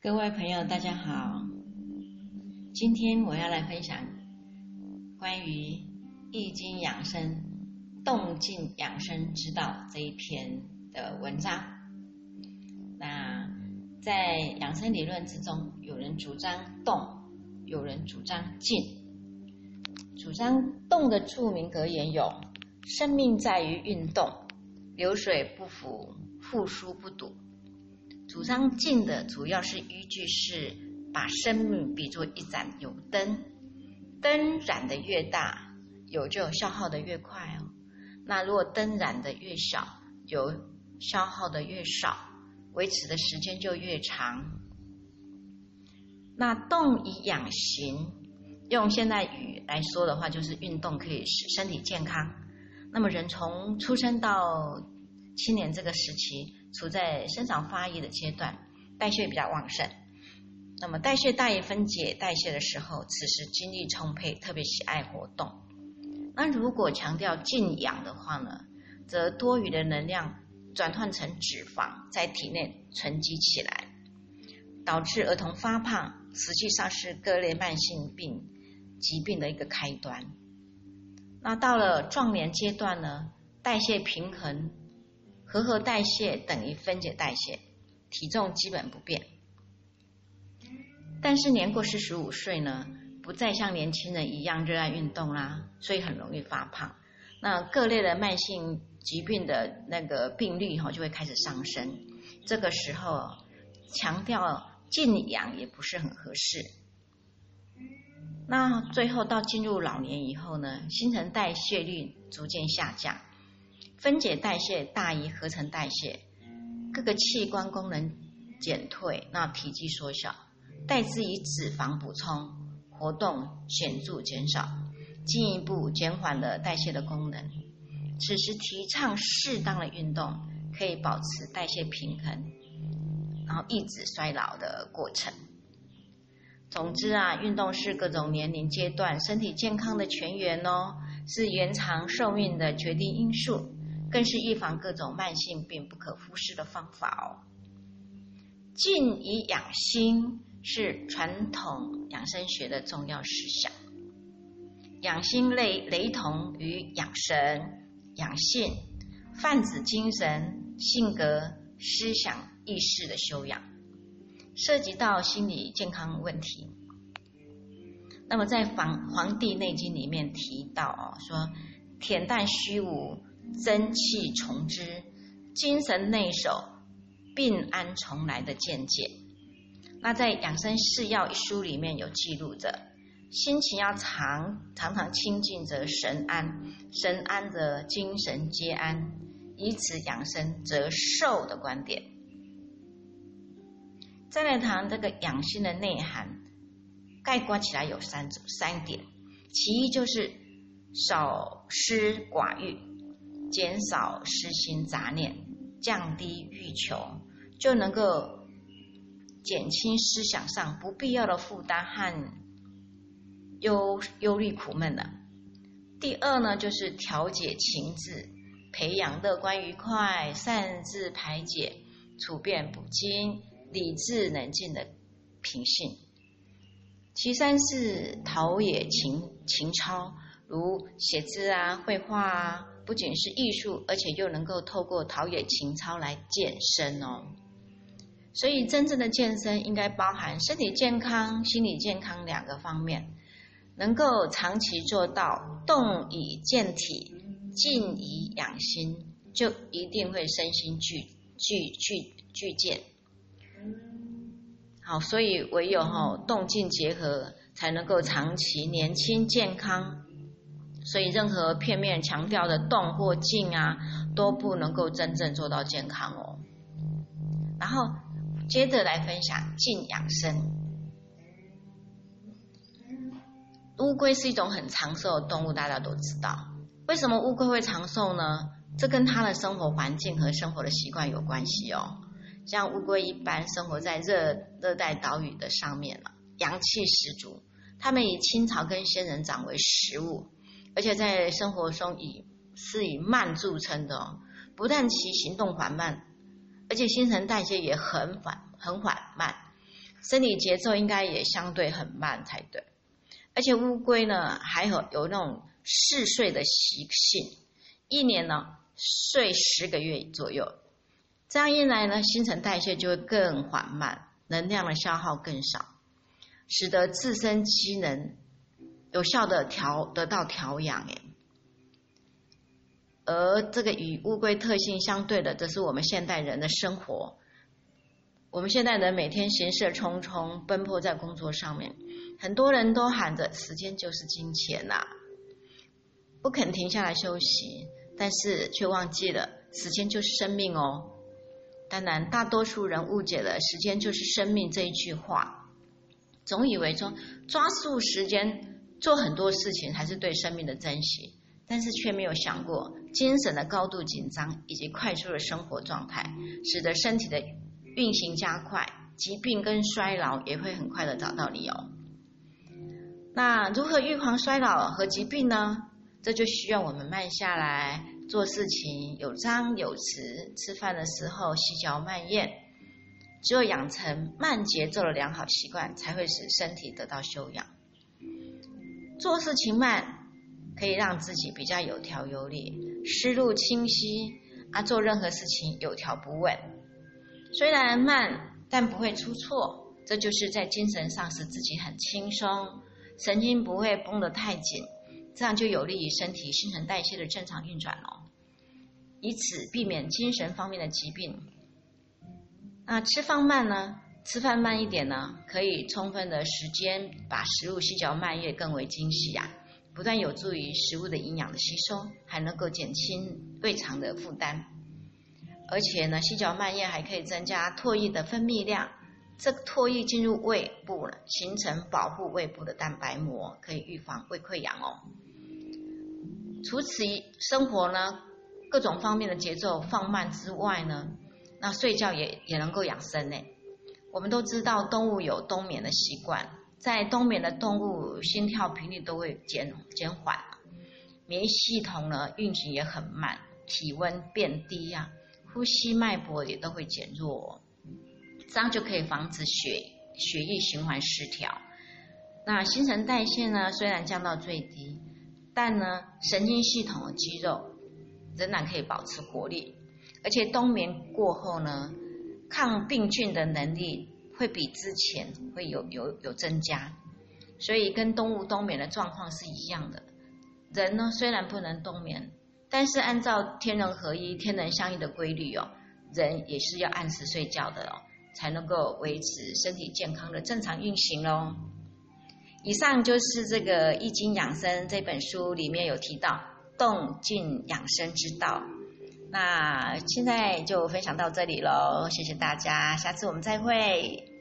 各位朋友，大家好。今天我要来分享关于易经养生动静养生之道这一篇的文章。那在养生理论之中，有人主张动，有人主张静。主张动的著名格言有：生命在于运动，流水不腐，复苏不堵。主张静的主要是依据是把生命比作一盏油灯，灯燃的越大，油就消耗的越快哦。那如果灯燃的越小，油消耗的越少，维持的时间就越长。那动以养形，用现代语来说的话，就是运动可以使身体健康。那么人从出生到青年这个时期，处在生长发育的阶段，代谢比较旺盛。那么代谢大于分解代谢的时候，此时精力充沛，特别喜爱活动。那如果强调静养的话呢，则多余的能量转换成脂肪，在体内存积起来，导致儿童发胖，实际上是各类慢性病疾病的一个开端。那到了壮年阶段呢，代谢平衡，合代谢等于分解代谢，体重基本不变。但是年过45岁呢，不再像年轻人一样热爱运动啦，所以很容易发胖。那各类的慢性疾病的那个病率就会开始上升。这个时候强调静养也不是很合适。那最后到进入老年以后呢，新陈代谢率逐渐下降，分解代谢大于合成代谢，各个器官功能减退，那体积缩小，代之以脂肪补充，活动显著减少，进一步减缓了代谢的功能。此时提倡适当的运动，可以保持代谢平衡，然后抑制衰老的过程。总之运动是各种年龄阶段身体健康的泉源哦，是延长寿命的决定因素，更是预防各种慢性病不可忽视的方法哦。静以养心是传统养生学的重要思想。养心雷同于养神、养性，泛指精神、性格、思想、意识的修养，涉及到心理健康问题。那么在《黄帝内经》里面提到说，恬淡虚无，真气从之，精神内守，病安从来的见解。那在《养生释要》一书里面有记录着，心情要常常清净则神安，神安则精神皆安，以此养生则寿的观点。再来谈这个养心的内涵，概括起来有三点。其一就是少思寡欲，减少私心杂念，降低欲求，就能够减轻思想上不必要的负担和忧虑苦闷了。第二呢，就是调节情志，培养乐观愉快、擅自排解、处变不惊、理智冷静的品性。其三是陶冶情操，如写字绘画不仅是艺术，而且又能够透过陶冶情操来健身哦。所以真正的健身应该包含身体健康、心理健康两个方面，能够长期做到动以健体，静以养心，就一定会身心俱健。好，所以唯有动静结合，才能够长期年轻健康。所以任何片面强调的动或静都不能够真正做到健康哦。然后接着来分享静养生。乌龟是一种很长寿的动物，大家都知道。为什么乌龟会长寿呢？这跟它的生活环境和生活的习惯有关系哦。像乌龟一般生活在热带岛屿的上面阳气十足，它们以青草跟仙人掌为食物，而且在生活中是以慢著称的哦。不但其行动缓慢，而且新陈代谢也很缓慢， 生理节奏应该也相对很慢才对。而且乌龟呢，还有那种嗜睡的习性，一年呢睡10个月左右。这样一来呢，新陈代谢就会更缓慢，能量的消耗更少，使得自身机能有效的得到调养。而这个与乌龟特性相对的，这是我们现代人的生活。我们现代人每天行色匆匆，奔波在工作上面，很多人都喊着时间就是金钱啊，不肯停下来休息，但是却忘记了时间就是生命哦。当然，大多数人误解了时间就是生命这一句话，总以为说抓住时间做很多事情才是对生命的珍惜，但是却没有想过精神的高度紧张以及快速的生活状态，使得身体的运行加快，疾病跟衰老也会很快的找到你哦。那如何预防衰老和疾病呢？这就需要我们慢下来，做事情有章有词，吃饭的时候细嚼慢咽。只有养成慢节奏的良好习惯，才会使身体得到休养。做事情慢，可以让自己比较有条有理，思路清晰做任何事情有条不紊。虽然慢，但不会出错，这就是在精神上使自己很轻松，神经不会绷得太紧，这样就有利于身体新陈代谢的正常运转哦，以此避免精神方面的疾病。那吃饭慢一点呢，可以充分的时间把食物细嚼慢咽，更为精细不但有助于食物的营养的吸收，还能够减轻胃肠的负担。而且呢，细嚼慢咽还可以增加唾液的分泌量，这个唾液进入胃部了，形成保护胃部的蛋白膜，可以预防胃溃疡哦。除此生活呢各种方面的节奏放慢之外呢，那睡觉也能够养生呢。我们都知道动物有冬眠的习惯，在冬眠的动物心跳频率都会减缓，免疫系统呢运行也很慢，体温变低呼吸脉搏也都会减弱，这样就可以防止血液循环失调。那新陈代谢呢虽然降到最低，但呢神经系统的肌肉仍然可以保持活力，而且冬眠过后呢，抗病菌的能力会比之前会有增加，所以跟动物冬眠的状况是一样的。人呢虽然不能冬眠，但是按照天人合一、天人相依的规律人也是要按时睡觉的才能够维持身体健康的正常运行咯。以上就是这个《易经养生》这本书里面有提到动静养生之道。那现在就分享到这里咯，谢谢大家，下次我们再会。